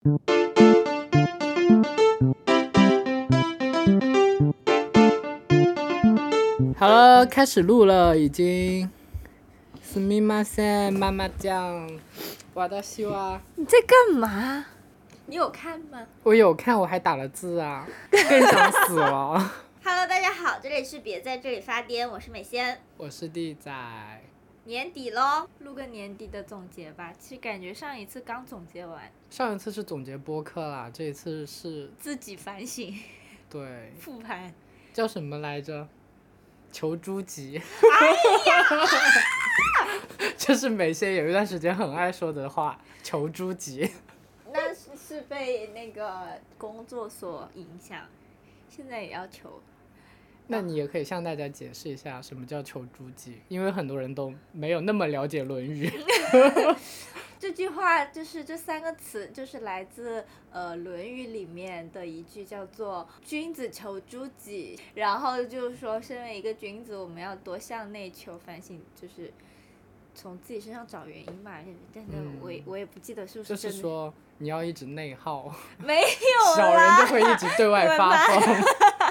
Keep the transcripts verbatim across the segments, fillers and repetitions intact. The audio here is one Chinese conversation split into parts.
好了，开始录了，已经。すみません，妈妈酱。我的希望。 你在干嘛？你有看吗？ 我有看，我还打了字啊，更想死了。 Hello， 大家好，这里是别在这里发癫，我是美仙， 我是地仔。 年底咯，录个年底的总结吧。其实感觉上一次刚总结完， 上一次是总结播客啦，这一次是自己反省。 对。 复盘。 叫什么来着？求诸己。 哎呀！ 这是美仙有一段时间很爱说的话，求诸己。 那是是被那个工作所影响，现在也要求。 那你也可以向大家解释一下什么叫求诸己，因为很多人都没有那么了解《论语》。 这句话就是这三个词，就是来自呃《论语》里面的一句叫做“君子求诸己”，然后就是说，身为一个君子，我们要多向内求，反省，就是从自己身上找原因嘛。但是我也、嗯、我也不记得是不是真的。 就是说你要一直内耗， 没有啦， 小人就会一直对外发疯。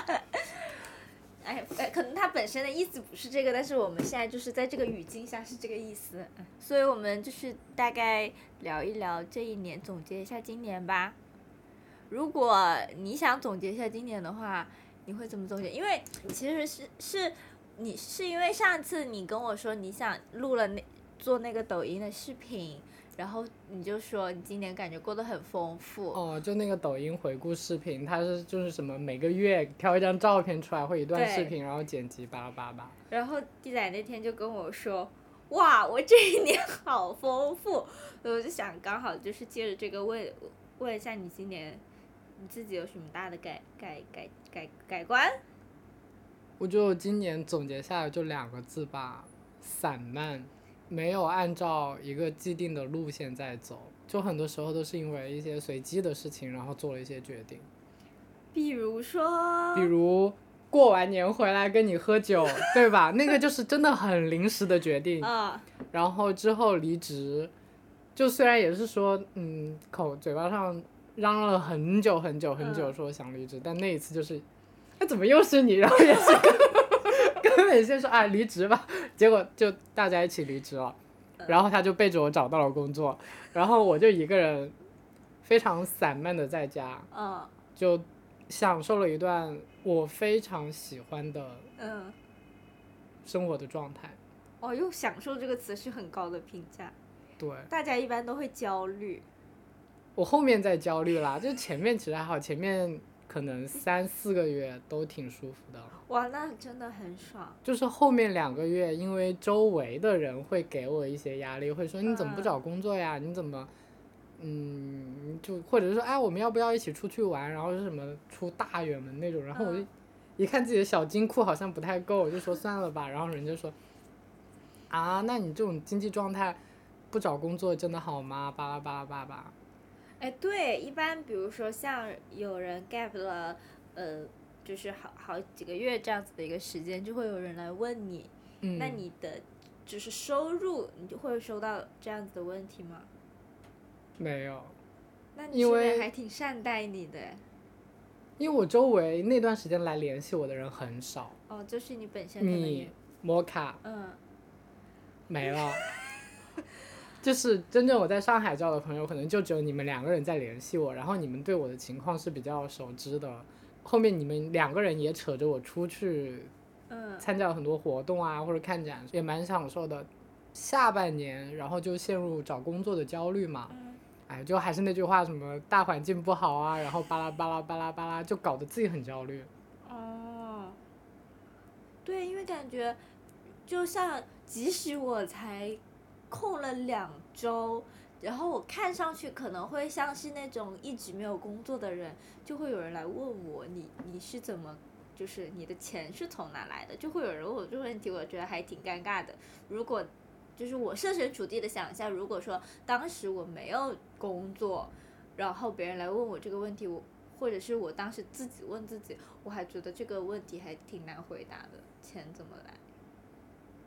哎，可能他本身的意思不是这个，但是我们现在就是在这个语境下是这个意思，所以我们就是大概聊一聊这一年，总结一下今年吧。如果你想总结一下今年的话，你会怎么总结？因为其实是是你是因为上次你跟我说你想录了那做那个抖音的视频。然后你就说你今年感觉过得很丰富哦，就那个抖音回顾视频，它是就是什么每个月挑一张照片出来，或一段视频，然后剪辑巴拉巴拉。 然后地仔那天就跟我说，哇，我这一年好丰富，我就想刚好就是借着这个问问一下你今年你自己有什么大的改改改改改观？ 我觉得我今年总结下来就两个字吧，散漫。没有按照一个既定的路线在走，就很多时候都是因为一些随机的事情，然后做了一些决定。 比如说， 比如过完年回来跟你喝酒，对吧？那个就是真的很临时的决定。 嗯。 然后之后离职，就虽然也是说，嗯，口嘴巴上嚷了很久很久很久说想离职，嗯、但那一次就是，那、啊、怎么又是你？然后也是。跟美仙说啊离职吧，结果就大家一起离职了，然后他就背着我找到了工作，然后我就一个人非常散漫的在家，就享受了一段我非常喜欢的生活的状态。 哦，用享受这个词是很高的评价。 对， 大家一般都会焦虑。 我后面在焦虑啦，就前面其实还好，前面可能三四个月都挺舒服的。 哇，那真的很爽。 就是后面两个月，因为周围的人会给我一些压力，会说你怎么不找工作呀？嗯、你怎么，嗯，就或者是说，哎，我们要不要一起出去玩？然后是什么出大远门那种，然后我就一看自己的小金库好像不太够，我就说算了吧。然后人就说，啊，那你这种经济状态，不找工作真的好吗？巴拉巴拉巴拉。 哎，对，一般比如说像有人 gap 了，呃。就是好好几个月这样子的一个时间，就会有人来问你，嗯、那你的就是收入，你就会收到这样子的问题吗？ 没有。 那你身边还挺善待你的。 因为我周围那段时间来联系我的人很少。 哦，就是你本身可能也。 你摩卡。 嗯。 没了。就是真正我在上海交的朋友，可能就只有你们两个人在联系我，然后你们对我的情况是比较熟知的。后面你们两个人也扯着我出去参加了很多活动啊、嗯、或者看展，也蛮享受的。下半年然后就陷入找工作的焦虑嘛、嗯、哎，就还是那句话，什么大环境不好啊，然后巴拉巴拉巴拉巴拉，就搞得自己很焦虑。 哦，对，因为感觉就像即使我才空了两周，然后我看上去可能会像是那种一直没有工作的人，就会有人来问我，你你是怎么，就是你的钱是从哪来的，就会有人问我这个问题，我觉得还挺尴尬的。如果就是我设身处地的想一下，如果说当时我没有工作，然后别人来问我这个问题，我或者是我当时自己问自己，我还觉得这个问题还挺难回答的，钱怎么来？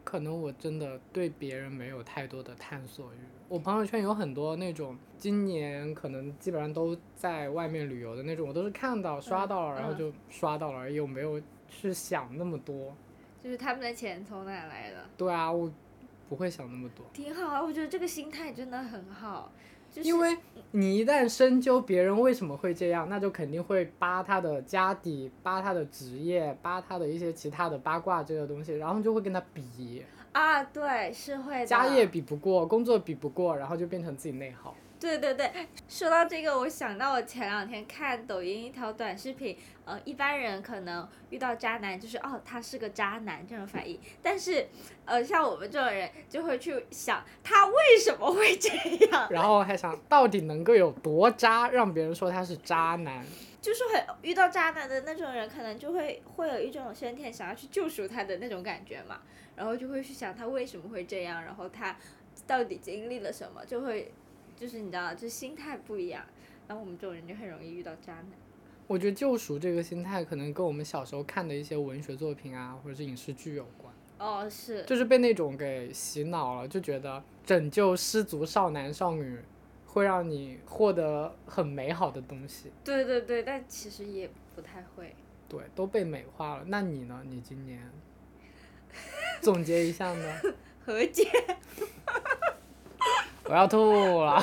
可能我真的对别人没有太多的探索欲。我朋友圈有很多那种今年可能基本上都在外面旅游的那种，我都是看到刷到了、 嗯、 然后就刷到了而已，我没有去想那么多。 就是他们的钱从哪来的？ 对啊，我不会想那么多。 挺好啊，我觉得这个心态真的很好。就是、 因为你一旦深究别人为什么会这样，那就肯定会扒他的家底，扒他的职业，扒他的一些其他的八卦这个东西，然后就会跟他比啊，对，是会的。 家业比不过，工作比不过，然后就变成自己内耗。 对对对，说到这个，我想到我前两天看抖音一条短视频，呃，一般人可能遇到渣男就是哦，他是个渣男这种反应，但是，呃，像我们这种人就会去想他为什么会这样， 然后还想到底能够有多渣，让别人说他是渣男。 就是很遇到渣男的那种人，可能就会会有一种先天想要去救赎他的那种感觉嘛，然后就会去想他为什么会这样，然后他到底经历了什么，就会。就是你知道，就心态不一样，然后我们这种人就很容易遇到渣男。 我觉得救赎这个心态可能跟我们小时候看的一些文学作品啊，或者是影视剧有关。 哦，是。 就是被那种给洗脑了，就觉得拯救失足少男少女，会让你获得很美好的东西。 对对对，但其实也不太会。 对，都被美化了。那你呢？你今年总结一下呢？ 和解。 我要吐了。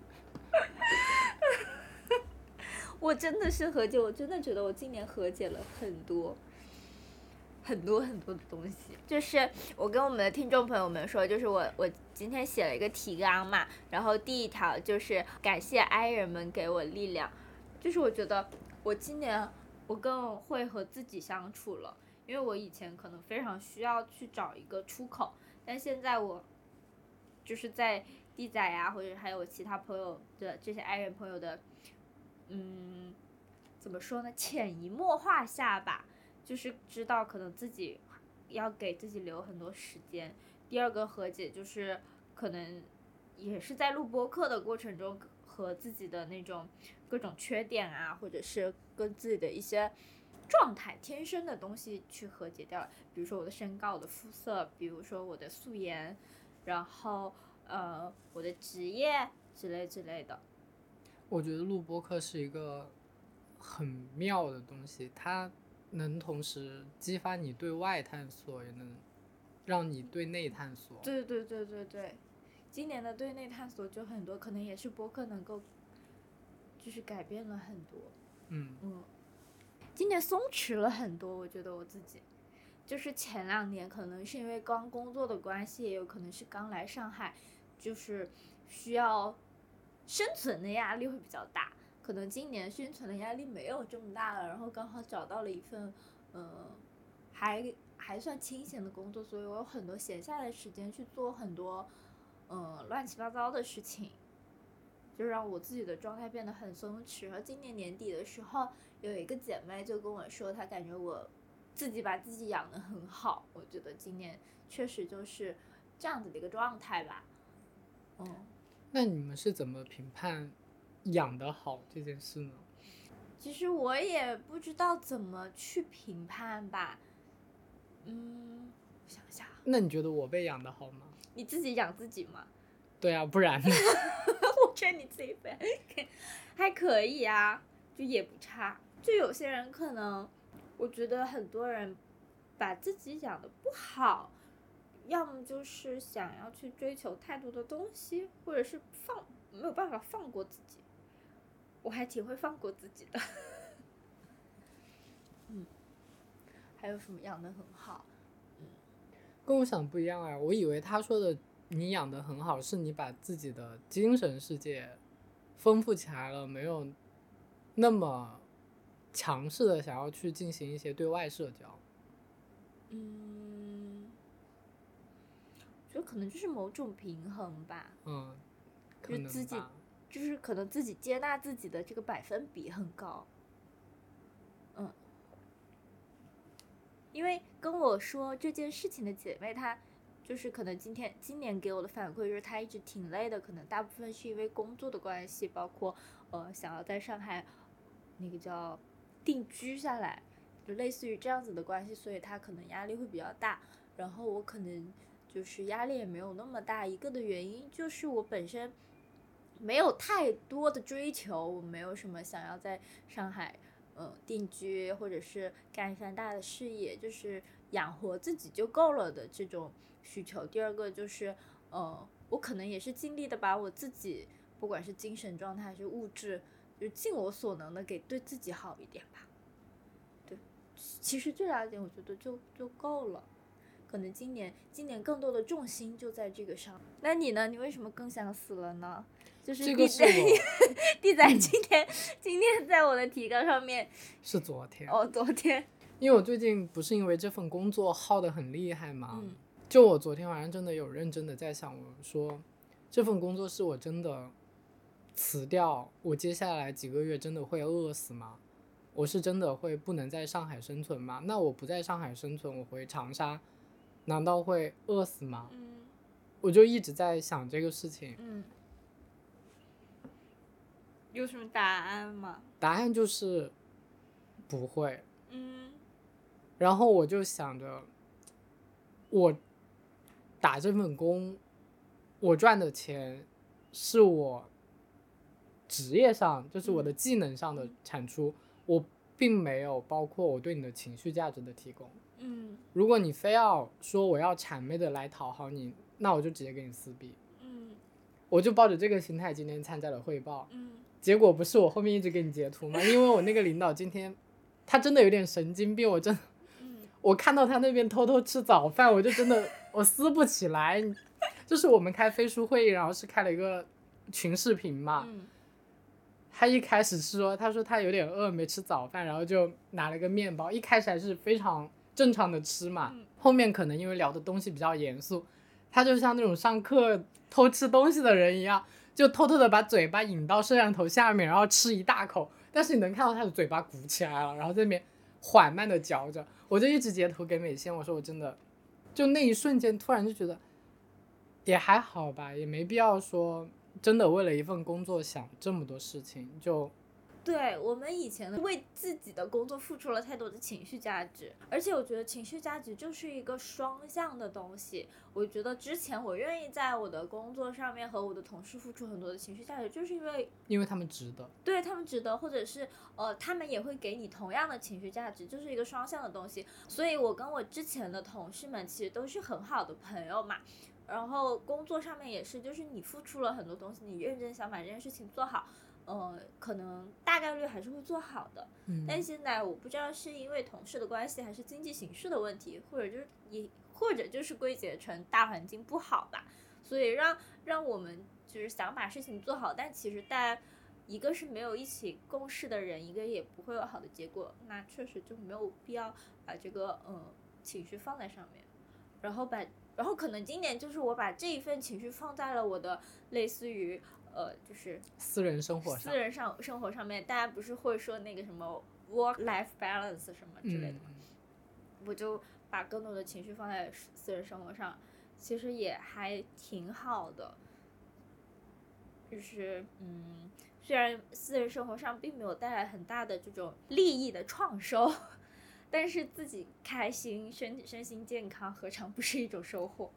我真的是和解，我真的觉得我今年和解了很多很多很多的东西。就是我跟我们的听众朋友们说，就是我我今天写了一个提纲嘛，然后第一条就是感谢爱人们给我力量。就是我觉得我今年我更会和自己相处了，因为我以前可能非常需要去找一个出口，但现在我就是在弟仔呀，或者还有其他朋友的这些爱人朋友的，嗯，怎么说呢？潜移默化下吧，就是知道可能自己要给自己留很多时间。第二个和解就是可能也是在录播客的过程中和自己的那种各种缺点啊，或者是跟自己的一些状态、天生的东西去和解掉了。比如说我的身高、我的肤色，比如说我的素颜，然后。呃，我的职业之类之类的。 我觉得录播客是一个很妙的东西，它能同时激发你对外探索，也能让你对内探索。 对对对对对，今年的对内探索就很多，可能也是播客能够，就是改变了很多。 嗯嗯，今年松弛了很多，我觉得我自己。就是前两年可能是因为刚工作的关系，也有可能是刚来上海。就是需要生存的压力会比较大，可能今年生存的压力没有这么大了，然后刚好找到了一份呃还还算清闲的工作，所以我有很多闲下来的时间去做很多呃乱七八糟的事情，就让我自己的状态变得很松弛。然后今年年底的时候，有一个姐妹就跟我说，她感觉我自己把自己养得很好，我觉得今年确实就是这样子的一个状态吧。哦， 那你们是怎么评判养得好这件事呢？ 其实我也不知道怎么去评判吧。嗯，我想想。 那你觉得我被养得好吗？ 你自己养自己吗？ 对啊，不然呢？ 我觉得你自己被还可以啊，就也不差。就有些人可能，我觉得很多人把自己养得不好。要么就是想要去追求太多的东西，或者是放没有办法放过自己。我还挺会放过自己的。嗯，还有什么养得很好？嗯， 跟我想不一样啊！我以为他说的你养得很好，是你把自己的精神世界丰富起来了，没有那么强势的想要去进行一些对外社交。 嗯。就可能就是某种平衡吧。 嗯，可能吧。 就是自己，就是可能自己接纳自己的这个百分比很高。嗯。因为跟我说这件事情的姐妹，她就是可能今天今年给我的反馈就是她一直挺累的，可能大部分是因为工作的关系，包括呃想要在上海那个叫定居下来，就类似于这样子的关系，所以她可能压力会比较大。然后我可能就是压力也没有那么大。一个的原因就是我本身没有太多的追求，我没有什么想要在上海呃定居或者是干一番大的事业，就是养活自己就够了的这种需求。第二个就是呃我可能也是尽力的把我自己不管是精神状态还是物质，就尽我所能的给对自己好一点吧。对，其实这两点我觉得就就够了。可能今年今年更多的重心就在这个上。那你呢？你为什么更想死了呢？就是这个是我地仔今天、嗯、今天在我的提纲上面是昨天哦，昨天， 因为我最近不是因为这份工作耗得很厉害嘛、 嗯， 就我昨天晚上真的有认真的在想，我说这份工作是我真的辞掉，我接下来几个月真的会饿死吗？我是真的会不能在上海生存吗？那我不在上海生存，我回长沙难道会饿死吗？ 嗯， 我就一直在想这个事情。 嗯，有什么答案吗？ 答案就是不会。 嗯， 然后我就想着，我打这份工，我赚的钱是我职业上，就是我的技能上的产出，嗯、我并没有包括我对你的情绪价值的提供。 嗯， 如果你非要说我要谄媚的来讨好你，那我就直接给你撕逼。 嗯， 我就抱着这个心态今天参加了汇报。 嗯， 结果不是我后面一直给你截图吗？因为我那个领导今天他真的有点神经病，我真的、嗯、我看到他那边偷偷吃早饭，我就真的我撕不起来。就是我们开飞书会议，然后是开了一个群视频嘛、嗯、他一开始是说他说他有点饿没吃早饭，然后就拿了个面包，一开始还是非常正常的吃嘛、嗯、后面可能因为聊的东西比较严肃，他就像那种上课偷吃东西的人一样，就偷偷的把嘴巴引到摄像头下面，然后吃一大口，但是你能看到他的嘴巴鼓起来了，然后在那边缓慢的嚼着。我就一直截图给美仙，我说我真的就那一瞬间突然就觉得也还好吧，也没必要说真的为了一份工作想这么多事情。就对，我们以前为自己的工作付出了太多的情绪价值，而且我觉得情绪价值就是一个双向的东西。我觉得之前我愿意在我的工作上面和我的同事付出很多的情绪价值，就是因为因为他们值得， 对，他们值得，或者是呃他们也会给你同样的情绪价值，就是一个双向的东西。所以我跟我之前的同事们其实都是很好的朋友嘛，然后工作上面也是，就是你付出了很多东西，你认真想把这件事情做好，呃，可能大概率还是会做好的。嗯，但现在我不知道是因为同事的关系，还是经济形势的问题，或者就是也或者就是归结成大环境不好吧，所以让让我们就是想把事情做好，但其实大家一个是没有一起共事的人，一个也不会有好的结果，那确实就没有必要把这个呃情绪放在上面，然后把然后可能今年就是我把这一份情绪放在了我的类似于。呃，就是私人生活上， 私人上生活上面，大家不是会说那个什么 work-life balance 什么之类的吗？嗯、我就把更多的情绪放在私人生活上，其实也还挺好的。就是嗯，虽然私人生活上并没有带来很大的这种利益的创收，但是自己开心、身身心健康，何尝不是一种收获？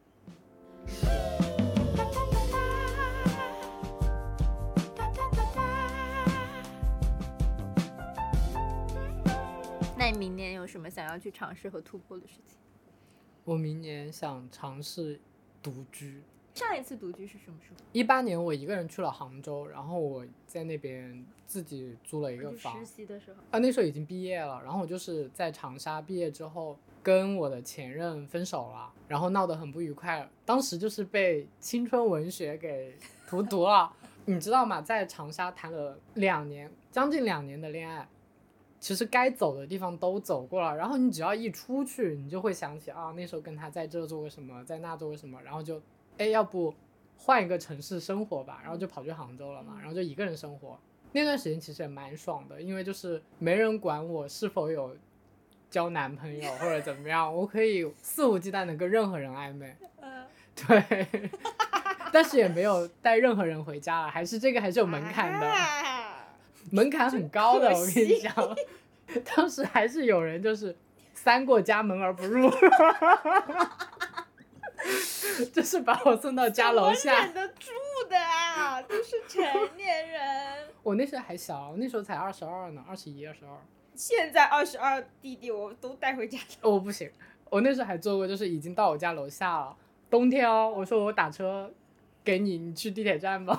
那你明年有什么想要去尝试和突破的事情？ 我明年想尝试独居。 上一次独居是什么时候？ 一八年我一个人去了杭州，然后我在那边自己租了一个房。 实习的时候啊，那时候已经毕业了，然后我就是在长沙毕业之后跟我的前任分手了，然后闹得很不愉快，当时就是被青春文学给荼毒了。你知道吗？在长沙谈了两年，将近两年的恋爱。其实该走的地方都走过了，然后你只要一出去，你就会想起啊，那时候跟他在这做过什么，在那做过什么，然后就，哎，要不换一个城市生活吧，然后就跑去杭州了嘛，然后就一个人生活。那段时间其实也蛮爽的，因为就是没人管我是否有交男朋友或者怎么样，我可以肆无忌惮的跟任何人暧昧。对，但是也没有带任何人回家了，还是这个还是有门槛的。门槛很高的，我跟你讲，当时还是有人就是三过家门而不入。 就是把我送到家楼下。 怎么忍得住的啊？都是成年人。 我那时候还小，我那时候才二十二呢，二十一、二十二。 现在二十二，弟弟我都带回家。 哦，不行，我那时候还做过，就是已经到我家楼下了，冬天哦，我说我打车给你，你去地铁站吧。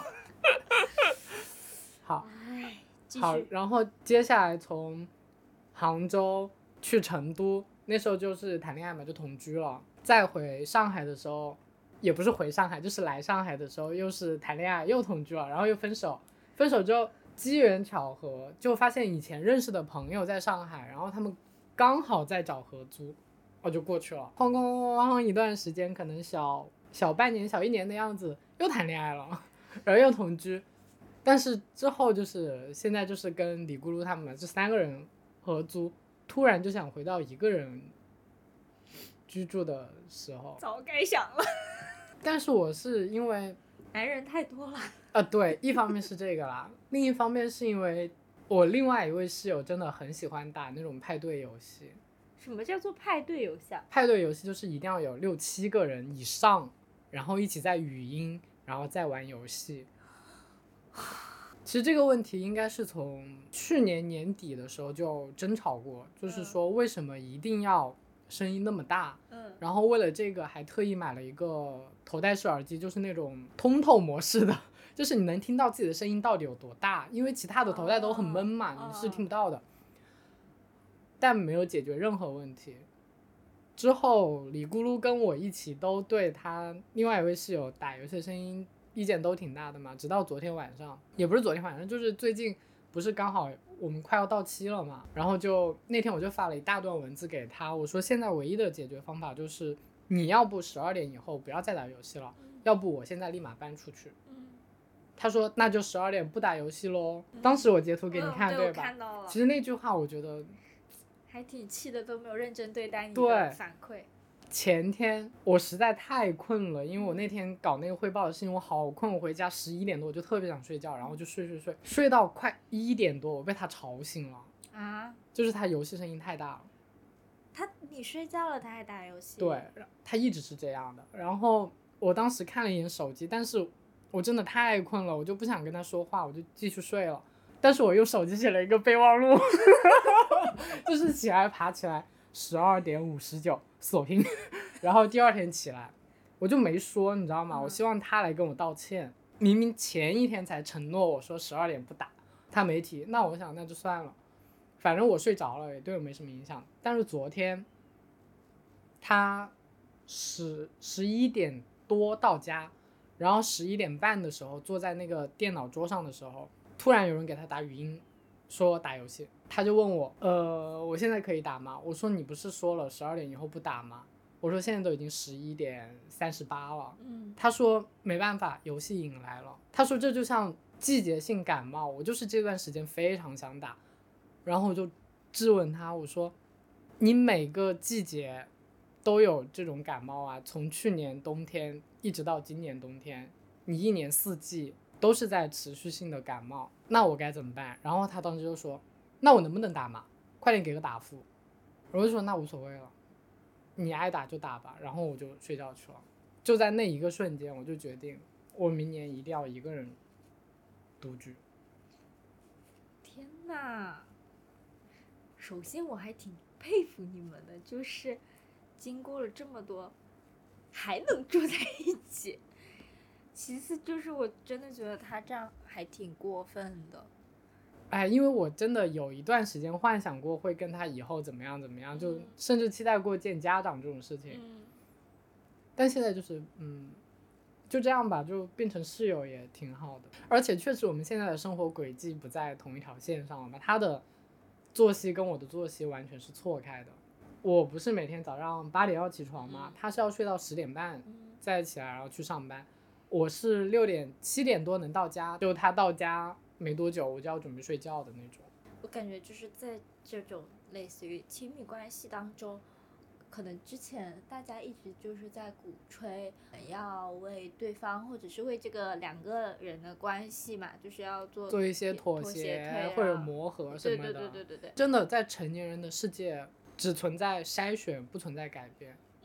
好，好，然后接下来从杭州去成都，那时候就是谈恋爱嘛，就同居了。再回上海的时候，也不是回上海，就是来上海的时候，又是谈恋爱又同居了，然后又分手。分手之后机缘巧合，就发现以前认识的朋友在上海，然后他们刚好在找合租，我就过去了。哐哐哐哐一段时间，可能小小半年、小一年的样子，又谈恋爱了，然后又同居。但是之后就是现在就是跟李咕噜他们这三个人合租，突然就想回到一个人居住的时候， 早该想了。 但是我是因为男人太多了。 呃，对，一方面是这个啦，另一方面是因为我另外一位室友真的很喜欢打那种派对游戏。 什么叫做派对游戏？ 派对游戏就是一定要有六七个人以上，然后一起在语音，然后再玩游戏。其实这个问题应该是从去年年底的时候就争吵过，就是说为什么一定要声音那么大， 嗯， 然后为了这个还特意买了一个头戴式耳机，就是那种通透模式的，就是你能听到自己的声音到底有多大，因为其他的头戴都很闷嘛， 哦、 你是听不到的，但没有解决任何问题。之后李咕噜跟我一起都对他另外一位室友打游戏的声音意见都挺大的嘛，直到昨天晚上，也不是昨天晚上，就是最近不是刚好我们快要到期了嘛，然后就那天我就发了一大段文字给他，我说现在唯一的解决方法就是你要不十二点以后不要再打游戏了，要不我现在立马搬出去。他说那就十二点不打游戏咯。当时我截图给你看、 嗯、 对吧？ 看到了。 其实那句话我觉得还挺气的，都没有认真对待你的反馈。 前天我实在太困了，因为我那天搞那个汇报的事情，我好困，我回家十一点多我就特别想睡觉，然后就睡睡睡睡到快一点多，我被他吵醒了啊！ 就是他游戏声音太大了。 他你睡觉了他还打游戏？ 对，他一直是这样的。然后我当时看了一眼手机，但是我真的太困了，我就不想跟他说话，我就继续睡了。但是我用手机写了一个备忘录就是起来爬起来十二点五十九锁屏然后第二天起来我就没说，你知道吗、嗯、我希望他来跟我道歉，明明前一天才承诺我说十二点不打，他没提，那我想那就算了，反正我睡着了也对我没什么影响。但是昨天他十十一点多到家，然后十一点半的时候坐在那个电脑桌上的时候，突然有人给他打语音说打游戏，他就问我呃，我现在可以打吗？我说你不是说了十二点以后不打吗？我说现在都已经十一点三十八了、嗯、他说没办法，游戏瘾来了。他说这就像季节性感冒，我就是这段时间非常想打。然后我就质问他，我说你每个季节都有这种感冒啊，从去年冬天一直到今年冬天，你一年四季都是在持续性的感冒，那我该怎么办？然后他当时就说那我能不能打嘛，快点给个答复。我就说那无所谓了，你爱打就打吧。然后我就睡觉去了。就在那一个瞬间我就决定我明年一定要一个人独居。 天哪，首先我还挺佩服你们的，就是经过了这么多还能住在一起。其次就是我真的觉得他这样还挺过分的。 哎，因为我真的有一段时间幻想过会跟他以后怎么样怎么样，就甚至期待过见家长这种事情、嗯、但现在就是嗯，就这样吧，就变成室友也挺好的。而且确实我们现在的生活轨迹不在同一条线上了嘛，他的作息跟我的作息完全是错开的。我不是每天早上八点要起床嘛、嗯、他是要睡到十点半再起来然后去上班。我是六点七点多能到家，就他到家没多久我就要准备睡觉的那种。 我感觉就是在这种类似于亲密关系当中，可能之前大家一直就是在鼓吹要为对方或者是为这个两个人的关系嘛，就是要做做一些妥协或者磨合什么的。 对对对对对对， 真的在成年人的世界只存在筛选不存在改变。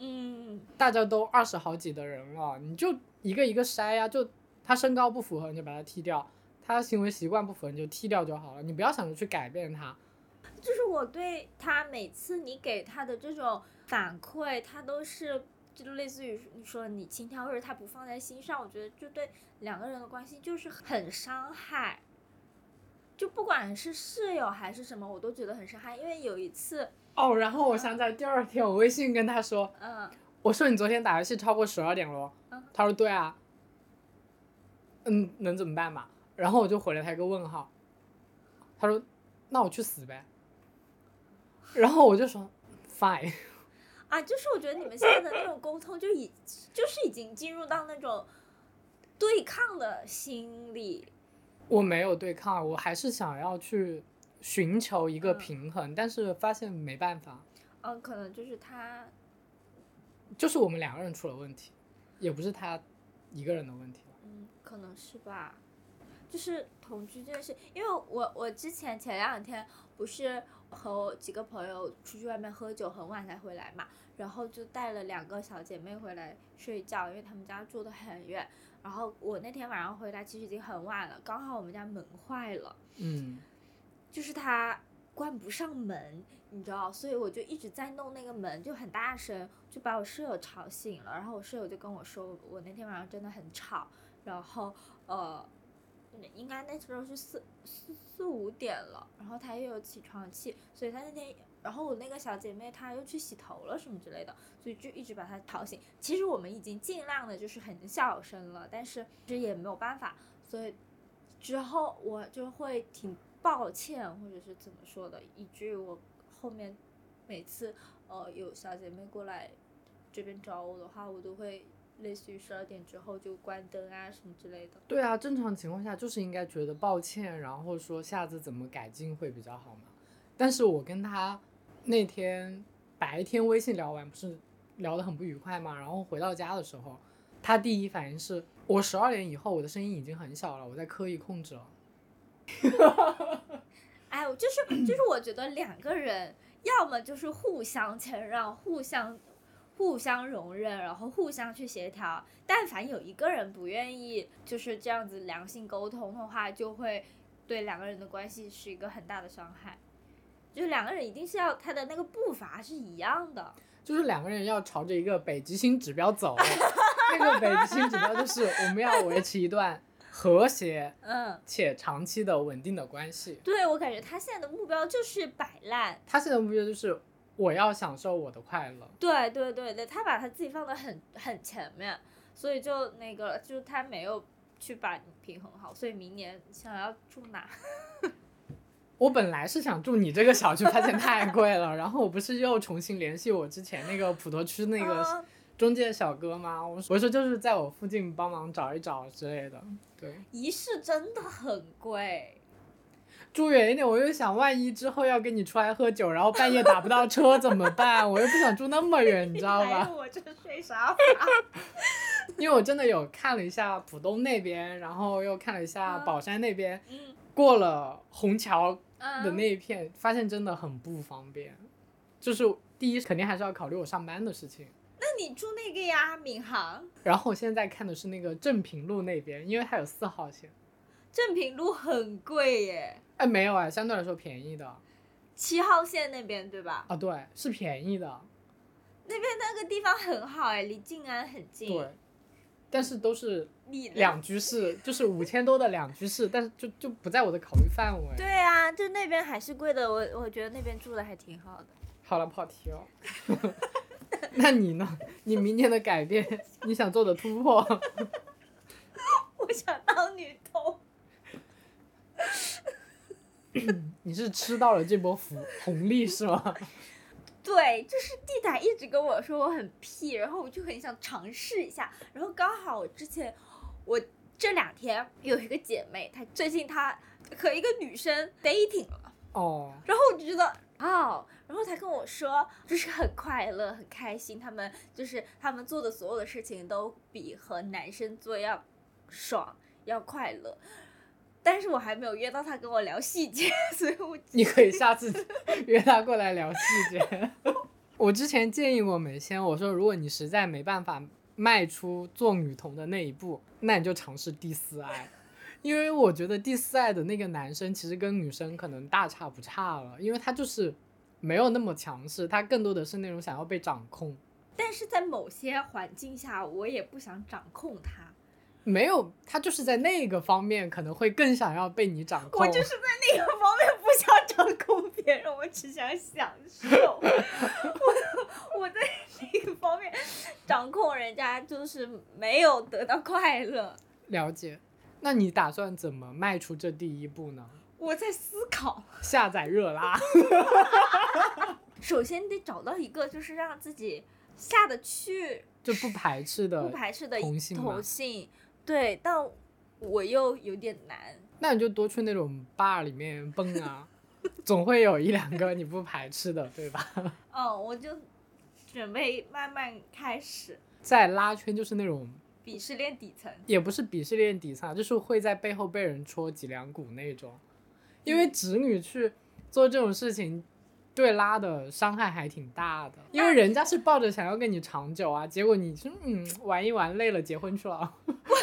嗯， 大家都二十好几的人了，你就一个一个筛呀、就他身高不符合你就把他踢掉，他行为习惯不符合你就踢掉就好了，你不要想着去改变他。 就是我对他每次你给他的这种反馈，他都是就类似于你说你轻佻，或者他不放在心上，我觉得就对两个人的关系就是很伤害。就不管是室友还是什么，我都觉得很伤害。因为有一次哦，然后我想起来第二天我微信跟他说， 嗯， 我说你昨天打游戏超过十二点了， 嗯他说对啊，嗯，能怎么办嘛？然后我就回了他一个问号，他说那我去死呗。然后我就说 fine 啊，就是我觉得你们现在的那种沟通就已就是已经进入到那种对抗的心理。 我没有对抗，我还是想要去寻求一个平衡， 嗯、 但是发现没办法。 嗯，可能就是他， 就是我们两个人出了问题，也不是他一个人的问题。 嗯，可能是吧。就是同居这件事，因为我我之前前两天不是和我几个朋友出去外面喝酒，很晚才回来嘛，然后就带了两个小姐妹回来睡觉，因为他们家住得很远。然后我那天晚上回来其实已经很晚了，刚好我们家门坏了， 嗯， 就是它关不上门，你知道，所以我就一直在弄那个门，就很大声，就把我室友吵醒了。然后我室友就跟我说，我那天晚上真的很吵，然后呃。应该那时候是四四四五点了，然后他又有起床气，所以他那天，然后我那个小姐妹她又去洗头了什么之类的，所以就一直把她吵醒。其实我们已经尽量的就是很小声了，但是其实也没有办法，所以之后我就会挺抱歉或者是怎么说的，以至于我后面每次呃有小姐妹过来这边找我的话，我都会类似于十二点之后就关灯啊什么之类的。 对啊，正常情况下就是应该觉得抱歉，然后说下次怎么改进会比较好嘛。但是我跟他那天白天微信聊完，不是聊得很不愉快嘛，然后回到家的时候，他第一反应是我十二点以后我的声音已经很小了，我在刻意控制了。 哎，就是就是我觉得两个人要么就是互相谦让，互相互相容忍，然后互相去协调。但凡有一个人不愿意就是这样子良性沟通的话，就会对两个人的关系是一个很大的伤害。就是两个人一定是要他的那个步伐是一样的， 就是两个人要朝着一个北极星指标走。那个北极星指标就是我们要维持一段和谐嗯且长期的稳定的关系。 对，我感觉他现在的目标就是摆烂， 他现在的目标就是我要享受我的快乐。 对对对对，他把他自己放得很很前面，所以就那个就是他没有去把你平衡好，所以明年想要住哪？ 我本来是想住你这个小区，发现太贵了，然后我不是又重新联系我之前那个普陀区那个中介小哥吗？我说就是在我附近帮忙找一找之类的。对， 一室真的很贵， 住远一点，我又想万一之后要跟你出来喝酒，然后半夜打不到车怎么办？我又不想住那么远，你知道吧？ 我这睡沙发。 因为我真的有看了一下浦东那边，然后又看了一下宝山那边， 嗯， 过了虹桥的那一片，嗯，发现真的很不方便。就是第一肯定还是要考虑我上班的事情。 那你住那个呀，闵行？ 然后我现在看的是那个正平路那边，因为它有四号线。 正平路很贵耶。 哎，没有哎，相对来说便宜的。 七号线那边对吧？ 啊，对，是便宜的。 那边那个地方很好哎，离静安很近。 对，但是都是两居室，就是五千多的两居室，但是就就不在我的考虑范围。 对啊，就那边还是贵的，我我觉得那边住的还挺好的。 好了，跑题了。那你呢？你明年的改变，你想做的突破？ 我想当女同。 你是吃到了这波福红利是吗？ 对，就是地毯一直跟我说我很屁，然后我就很想尝试一下。然后刚好我之前，我这两天有一个姐妹，她最近她和一个女生 dating 了。 哦。 然后我就觉得哦，然后她跟我说，就是很快乐、很开心，他们就是他们做的所有的事情都比和男生做要爽、要快乐。但是我还没有约到他跟我聊细节，所以我你可以下次约他过来聊细节。 我之前建议过美仙，我说如果你实在没办法迈出做女同的那一步，那你就尝试第四爱。因为我觉得第四爱的那个男生其实跟女生可能大差不差了，因为他就是没有那么强势，他更多的是那种想要被掌控。 但是在某些环境下我也不想掌控他。 没有，他就是在那个方面可能会更想要被你掌控。 我就是在那个方面不想掌控别人，我只想享受。我我在那个方面掌控人家就是没有得到快乐。 了解。那你打算怎么迈出这第一步呢？ 我在思考。 下载热拉。 首先得找到一个就是让自己下得去就不排斥的不排斥的同性嘛。 同性，对，但我又有点难。 那你就多去那种 bar 里面蹦啊，总会有一两个你不排斥的，对吧？ 嗯，我就准备慢慢开始。 在拉圈就是那种鄙视链底层， 也不是鄙视链底层，就是会在背后被人戳脊梁骨那种。因为直女去做这种事情对拉的伤害还挺大的，因为人家是抱着想要跟你长久啊，结果你是嗯玩一玩累了结婚去了。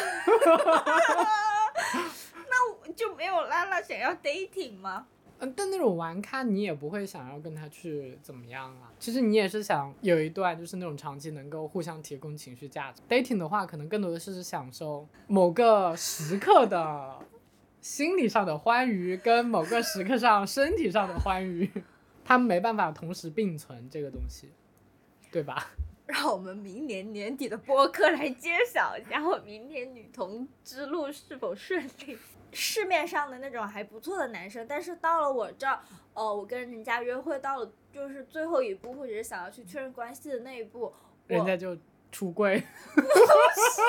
那我就没有拉拉想要 dating 吗？ 嗯，但那种玩咖你也不会想要跟他去怎么样啊，其实你也是想有一段就是那种长期能够互相提供情绪价值。 dating 的话可能更多的是享受某个时刻的心理上的欢愉跟某个时刻上身体上的欢愉，他们没办法同时并存这个东西，对吧？ 让我们明年年底的播客来揭晓一下我明年女同之路是否顺利。市面上的那种还不错的男生，但是到了我这儿，呃，我跟人家约会到了就是最后一步，或者是想要去确认关系的那一步， 人家就出柜。 不是，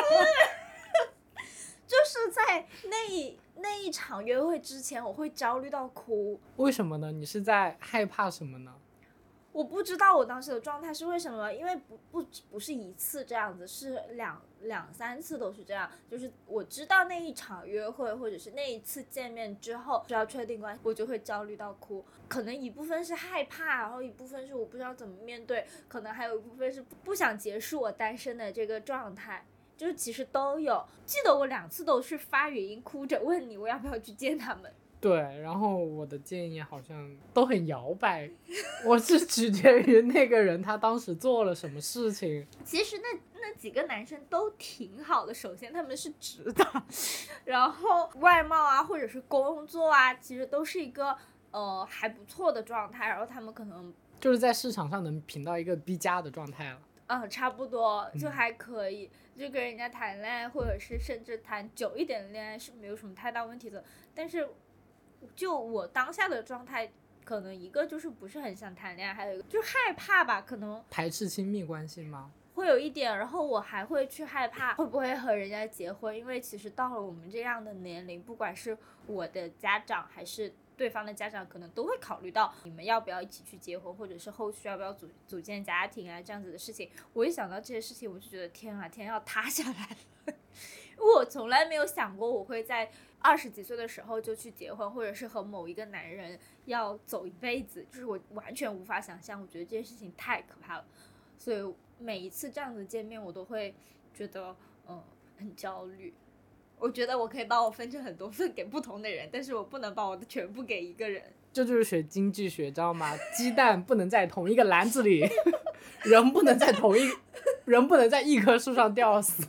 就是在那一那一场约会之前，我会焦虑到哭。 为什么呢？你是在害怕什么呢？ 我不知道我当时的状态是为什么，因为不不不是一次这样子，是两两三次都是这样。就是我知道那一场约会或者是那一次见面之后就要确定关系，我就会焦虑到哭。可能一部分是害怕，然后一部分是我不知道怎么面对，可能还有一部分是不想结束我单身的这个状态。就是其实都有。记得我两次都是发语音哭着问你我要不要去见他们。 对，然后我的建议好像都很摇摆，我是取决于那个人他当时做了什么事情。 其实那那几个男生都挺好的，首先他们是直的，然后外貌啊或者是工作啊，其实都是一个呃还不错的状态，然后他们可能就是在市场上能评到一个 B 加的状态了。 嗯，差不多就还可以、嗯、就跟人家谈恋爱或者是甚至谈久一点的恋爱是没有什么太大问题的。但是就我当下的状态，可能一个就是不是很想谈恋爱，还有一个就是害怕吧，可能排斥亲密关系吗？ 会有一点，然后我还会去害怕会不会和人家结婚，因为其实到了我们这样的年龄，不管是我的家长还是对方的家长，可能都会考虑到你们要不要一起去结婚，或者是后续要不要组组建家庭啊这样子的事情。我一想到这些事情，我就觉得天啊，天要塌下来了。我从来没有想过我会在二十几岁的时候就去结婚，或者是和某一个男人要走一辈子，就是我完全无法想象。我觉得这件事情太可怕了，所以每一次这样的见面我都会觉得嗯很焦虑。我觉得我可以把我分成很多份给不同的人，但是我不能把我的全部给一个人。 这就是学经济学知道吗？鸡蛋不能在同一个篮子里，人不能在同一人不能在一棵树上吊死。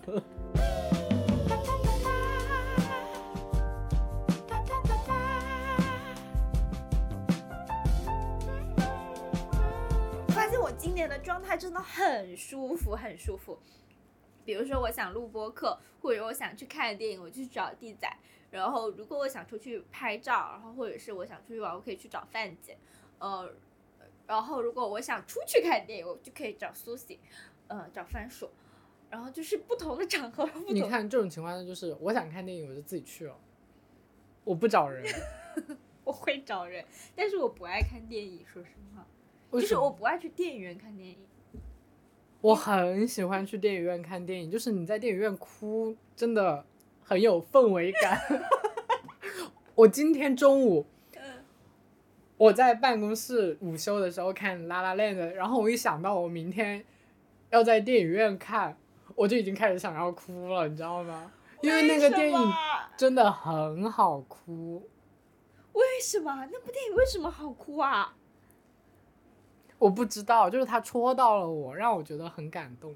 今年的状态真的很舒服很舒服，比如说我想录播客，或者我想去看电影，我去找地仔，然后如果我想出去拍照，然后或者是我想出去玩，我可以去找范姐，呃，然后如果我想出去看电影，我就可以找苏西，呃，找番薯，然后就是不同的场合不同。 你看这种情况就是我想看电影我就自己去了，我不找人。 我会找人，但是我不爱看电影，说实话。就是我不爱去电影院看电影。 我很喜欢去电影院看电影，就是你在电影院哭真的很有氛围感。我今天中午我在办公室午休的时候看拉拉链的，然后我一想到我明天要在电影院看，我就已经开始想要哭了，你知道吗？因为那个电影真的很好哭。 为什么？那部电影为什么好哭啊？ 我不知道，就是它戳到了我，让我觉得很感动。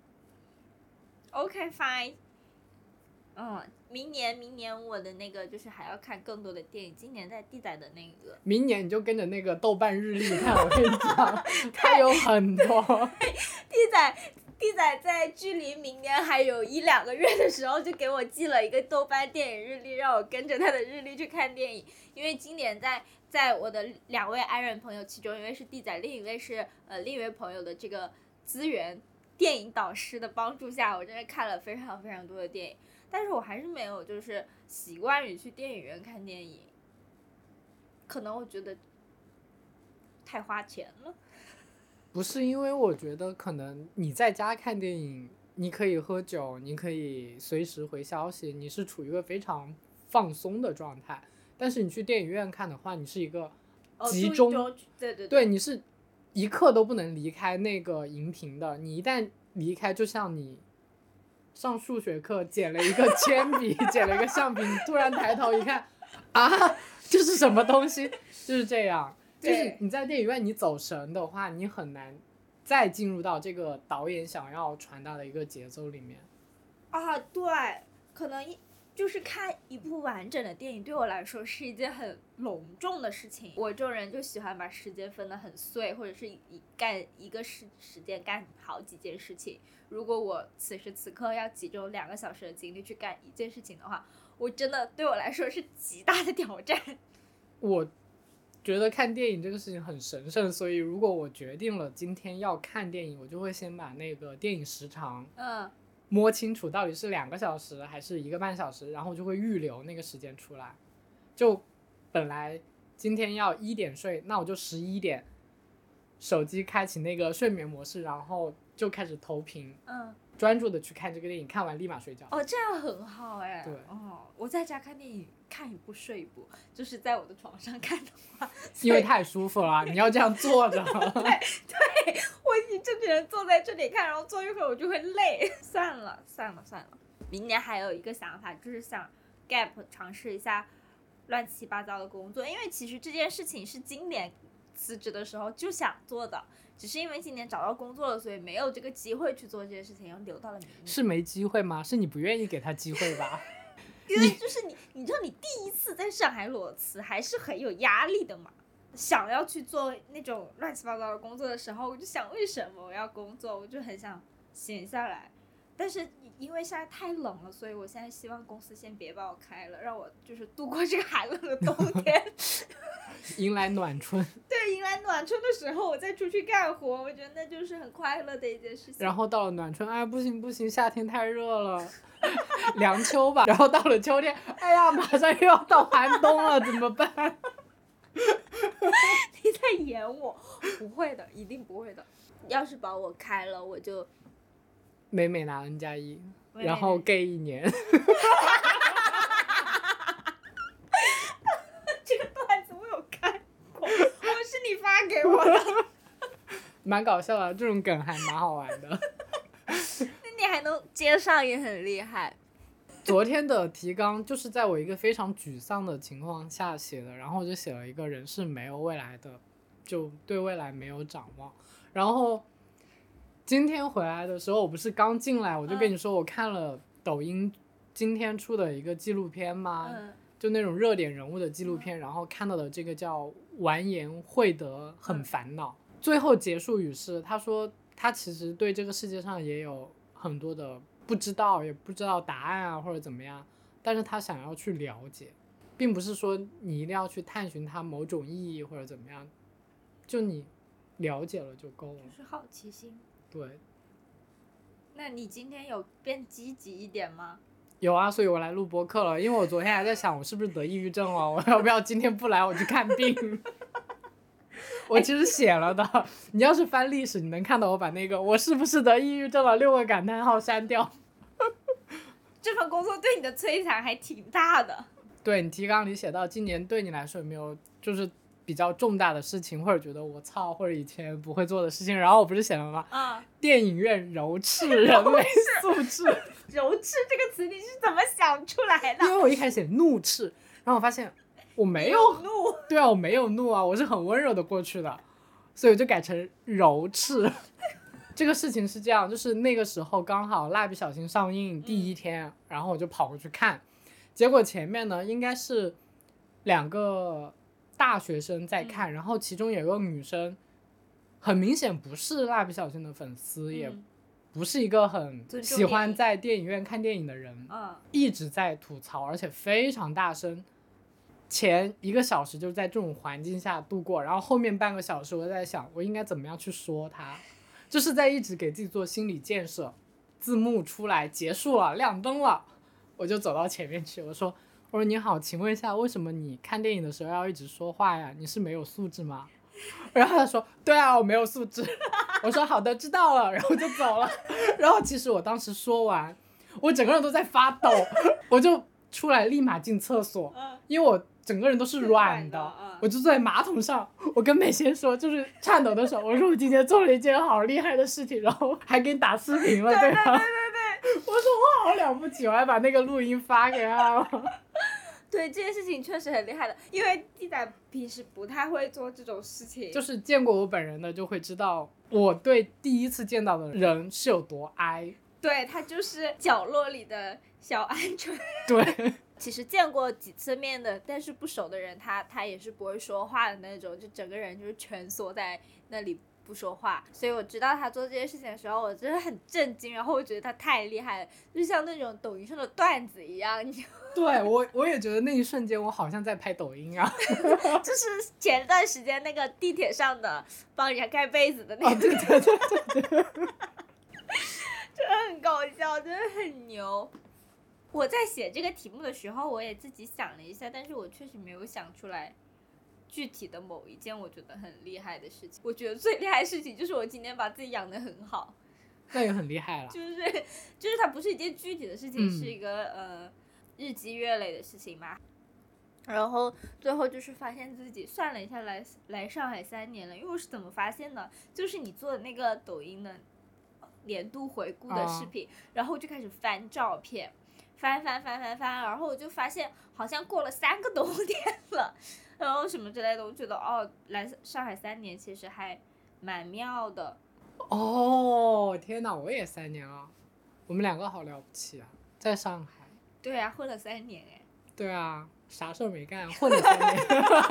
OK fine。嗯，明年明年我的那个就是还要看更多的电影，今年在地仔的那个。 明年你就跟着那个豆瓣日历看，我跟你讲，它有很多。 地仔地仔在距离明年还有一两个月的时候，就给我寄了一个豆瓣电影日历，让我跟着他的日历去看电影。因为今年在在我的两位爱人朋友，其中一位是地仔，另一位是呃另一位朋友的这个资源电影导师的帮助下，我真的看了非常非常多的电影。但是我还是没有就是习惯于去电影院看电影，可能我觉得太花钱了。 不是，因为我觉得可能你在家看电影，你可以喝酒，你可以随时回消息，你是处于一个非常放松的状态。但是你去电影院看的话，你是一个集中， 哦、对对对， 对，你是一刻都不能离开那个荧屏的。你一旦离开，就像你上数学课捡了一个铅笔捡了一个橡皮，你突然抬头一看，啊，这是什么东西？就是这样，就是你在电影院你走神的话，你很难再进入到这个导演想要传达的一个节奏里面。 啊，对，可能一就是看一部完整的电影对我来说是一件很隆重的事情。我这种人就喜欢把时间分得很碎，或者是一干一个时时间干好几件事情。如果我此时此刻要集中两个小时的精力去干一件事情的话，我真的对我来说是极大的挑战。 我觉得看电影这个事情很神圣，所以如果我决定了今天要看电影，我就会先把那个电影时长嗯摸清楚到底是两个小时还是一个半小时，然后我就会预留那个时间出来。就本来今天要一点睡，那我就十一点手机开启那个睡眠模式，然后就开始投屏， 嗯， 专注的去看这个电影，看完立马睡觉。 哦，这样很好哎。 对， 哦，我在家看电影，看一部睡一部，就是在我的床上看的话， 因为太舒服了，你要这样坐着。 对对，我已经只能坐在这里看，然后坐一会儿我就会累。算了算了算了，明年还有一个想法，就是想 gap 尝试一下乱七八糟的工作，因为其实这件事情是今年辞职的时候就想做的，只是因为今年找到工作了，所以没有这个机会去做这件事情，然后留到了明年。 是没机会吗？是你不愿意给他机会吧？ 因为就是你，你知道你第一次在上海裸辞还是很有压力的嘛。想要去做那种乱七八糟的工作的时候，我就想为什么我要工作，我就很想闲下来。但是因为现在太冷了，所以我现在希望公司先别把我开了，让我就是度过这个寒冷的冬天。 迎来暖春。 对，迎来暖春的时候我再出去干活，我觉得那就是很快乐的一件事情。 然后到了暖春，哎不行不行，夏天太热了，凉秋吧。然后到了秋天，哎呀马上又要到寒冬了，怎么办？ 你在演我？不会的，一定不会的。要是把我开了，我就美美拿 N 加一，然后 gay 一年。 这个段子我有看过，我是你发给我的。 蛮搞笑的，这种梗还蛮好玩的。 那你还能接上也很厉害。 昨天的提纲就是在我一个非常沮丧的情况下写的，然后我就写了一个人是没有未来的，就对未来没有展望。然后今天回来的时候，我不是刚进来我就跟你说我看了抖音今天出的一个纪录片吗、嗯、就那种热点人物的纪录片、嗯、然后看到的这个叫完颜慧德很烦恼、嗯、最后结束语是他说他其实对这个世界上也有很多的不知道，也不知道答案啊或者怎么样，但是他想要去了解，并不是说你一定要去探寻它某种意义或者怎么样，就你了解了就够了， 就是好奇心。 对。 那你今天有变积极一点吗？ 有啊，所以我来录播客了，因为我昨天还在想我是不是得抑郁症了，我要不要今天不来我去看病。我其实写了的，你要是翻历史你能看到我把那个我是不是得抑郁症了六个感叹号删掉。 这份工作对你的摧残还挺大的。 对，你提纲里写到今年对你来说有没有就是比较重大的事情，或者觉得我操，或者以前不会做的事情，然后我不是写了吗？ 啊， 电影院柔斥人类素质。 柔斥这个词你是怎么想出来的？ 因为我一开始写怒斥，然后我发现我没有怒， 对啊，我没有怒啊，我是很温柔的过去的，所以我就改成柔斥。这个事情是这样，就是那个时候刚好蜡笔小新上映第一天、嗯、然后我就跑过去看，结果前面呢应该是两个大学生在看、嗯、然后其中有个女生很明显不是蜡笔小新的粉丝、嗯、也不是一个很喜欢在电影院看电影的人、嗯、一直在吐槽，而且非常大声。前一个小时就在这种环境下度过，然后后面半个小时我在想我应该怎么样去说他，就是在一直给自己做心理建设。字幕出来结束了亮灯了，我就走到前面去，我说我说你好，请问一下为什么你看电影的时候要一直说话呀？你是没有素质吗？然后他说对啊，我没有素质。我说好的知道了，然后就走了。然后其实我当时说完我整个人都在发抖，我就出来立马进厕所，因为我整个人都是软的，我就坐在马桶上，我跟美仙说，就是颤抖的手，我说我今天做了一件好厉害的事情，然后还给你打视频了，对吧？对对对对，我说我好了不起，我还把那个录音发给他了。 对，这件事情确实很厉害的，因为地仔平时不太会做这种事情， 就是见过我本人的就会知道我对第一次见到的人是有多哀。 对，他就是角落里的小鹌鹑。 对， 其实见过几次面的但是不熟的人，他他也是不会说话的那种，就整个人就是蜷缩在那里不说话。所以我知道他做这件事情的时候我真的很震惊，然后我觉得他太厉害了，就像那种抖音上的段子一样。 对，我我也觉得那一瞬间我好像在拍抖音啊。 就是前段时间那个地铁上的帮人家盖被子的那个、 哦、对对对对对。 真的很搞笑，真的很牛。我在写这个题目的时候我也自己想了一下，但是我确实没有想出来具体的某一件我觉得很厉害的事情。我觉得最厉害的事情就是我今天把自己养得很好。 那也很厉害了。 就是就是它不是一件具体的事情、嗯、是一个呃日积月累的事情嘛。然后最后就是发现自己算了一下来来上海三年了。因为我是怎么发现的，就是你做的那个抖音的年度回顾的视频、哦、然后就开始翻照片，翻翻翻翻翻，然后我就发现好像过了三个冬天了，然后什么之类的，我觉得哦，来上海三年其实还蛮妙的。 哦天哪，我也三年了，我们两个好了不起啊，在上海。 对啊，混了三年哎。 对啊，啥事儿没干，混了三年。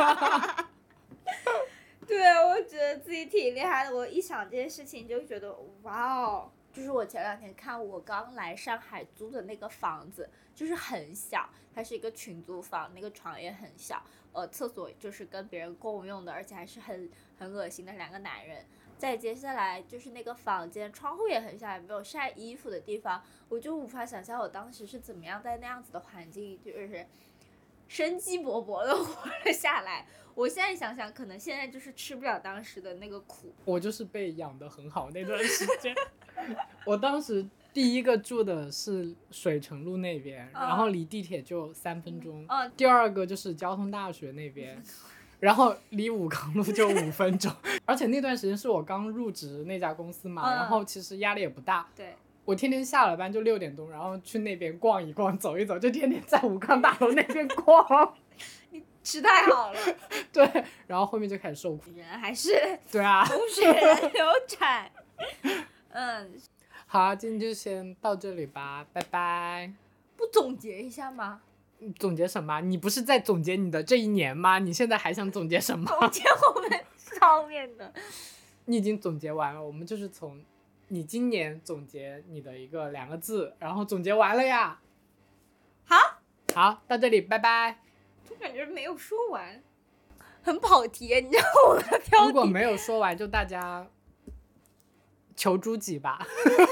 对，我觉得自己挺厉害的。我一想这件事情就觉得哇哦，就是我前两天看我刚来上海租的那个房子，就是很小，它是一个群租房，那个床也很小，呃，厕所就是跟别人共用的，而且还是很很恶心的两个男人。再接下来就是那个房间窗户也很小，也没有晒衣服的地方，我就无法想象我当时是怎么样在那样子的环境就是生机勃勃的活了下来。我现在想想可能现在就是吃不了当时的那个苦。 我就是被养得很好那段时间。我当时第一个住的是水城路那边、嗯、然后离地铁就三分钟、 嗯、 第二个就是交通大学那边然后离武康路就五分钟。而且那段时间是我刚入职那家公司嘛、嗯、然后其实压力也不大。 对， 我天天下了班就六点钟，然后去那边逛一逛走一走，就天天在武康大楼那边逛。 你吃太好了。 对，然后后面就开始受苦。 人还是对啊， 风水轮流转。嗯， 好，今天就先到这里吧，拜拜。 不总结一下吗？ 总结什么？你不是在总结你的这一年吗？你现在还想总结什么？ 总结我们上面的。 你已经总结完了，我们就是从你今年总结你的一个两个字，然后总结完了呀。 好， 好，到这里，拜拜。 就感觉没有说完，很跑题，你知道我的标题。 如果没有说完，就大家求诸己吧。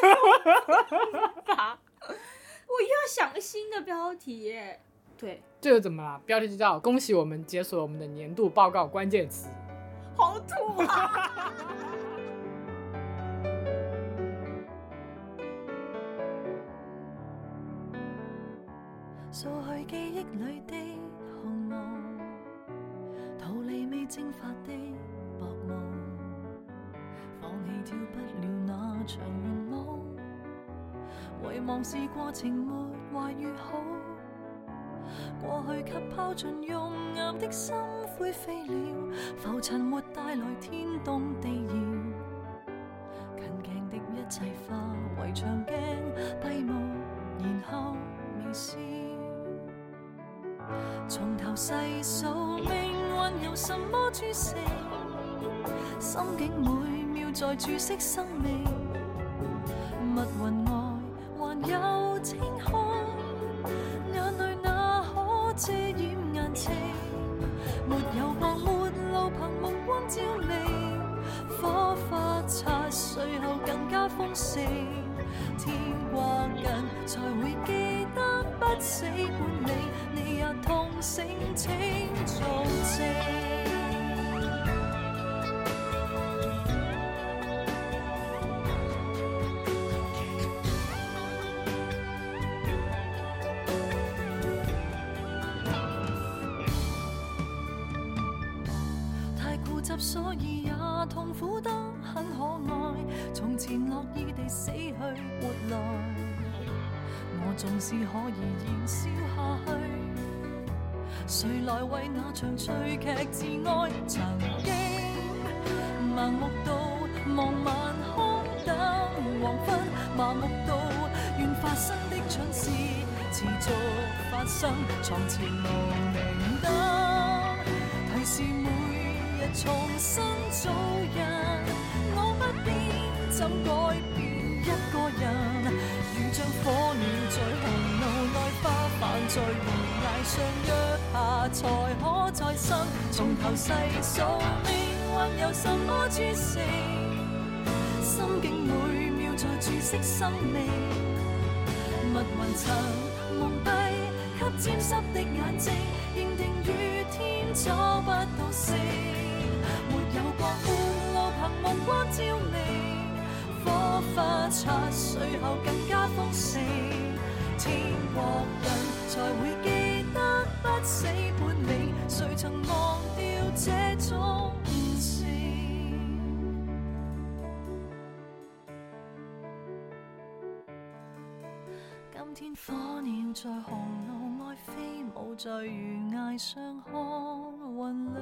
我又要想个新的标题耶。对， 这个怎么了？标题就叫恭喜我们解锁我们的年度报告关键词。 好土啊。 掃去記憶裏的渴望，逃離未正忘是過程沒壞與好，過去給拋盡熔岩的心灰飛了，浮塵沒帶來天動地搖，近鏡的一切化為長鏡閉目，然後微笑。從頭細數命運由什麼注釋，心境每秒在注釋生命，密雲外還有清空，眼淚哪可遮掩眼睛，沒有光沒路憑目光照明，火花擦碎後更加豐盛，天掛近才會記得不死本領，你也痛醒請做證。所以也痛苦得很可愛，從前樂意地死去活來，我縱是可以燃燒下去，誰來為那場趣劇自愛？曾經盲目到望晚空等黃昏，麻木到願發生的蠢事持續發生，床前無明燈提示每重新做人，我不變怎改變一個人，如像火苗在紅爐內花瓣在懸崖上約下才可再生，從頭細數命運有什麼注釋，心境每秒在注釋生命，密雲層蒙蔽給沾濕的眼睛，認定雨天阻不到星，有光沒路憑目光照明，火花擦碎後更加豐盛，天國近才會記得不死本領，誰曾忘掉這種情？今天火鳥在紅爐外飛舞，在懸崖上看雲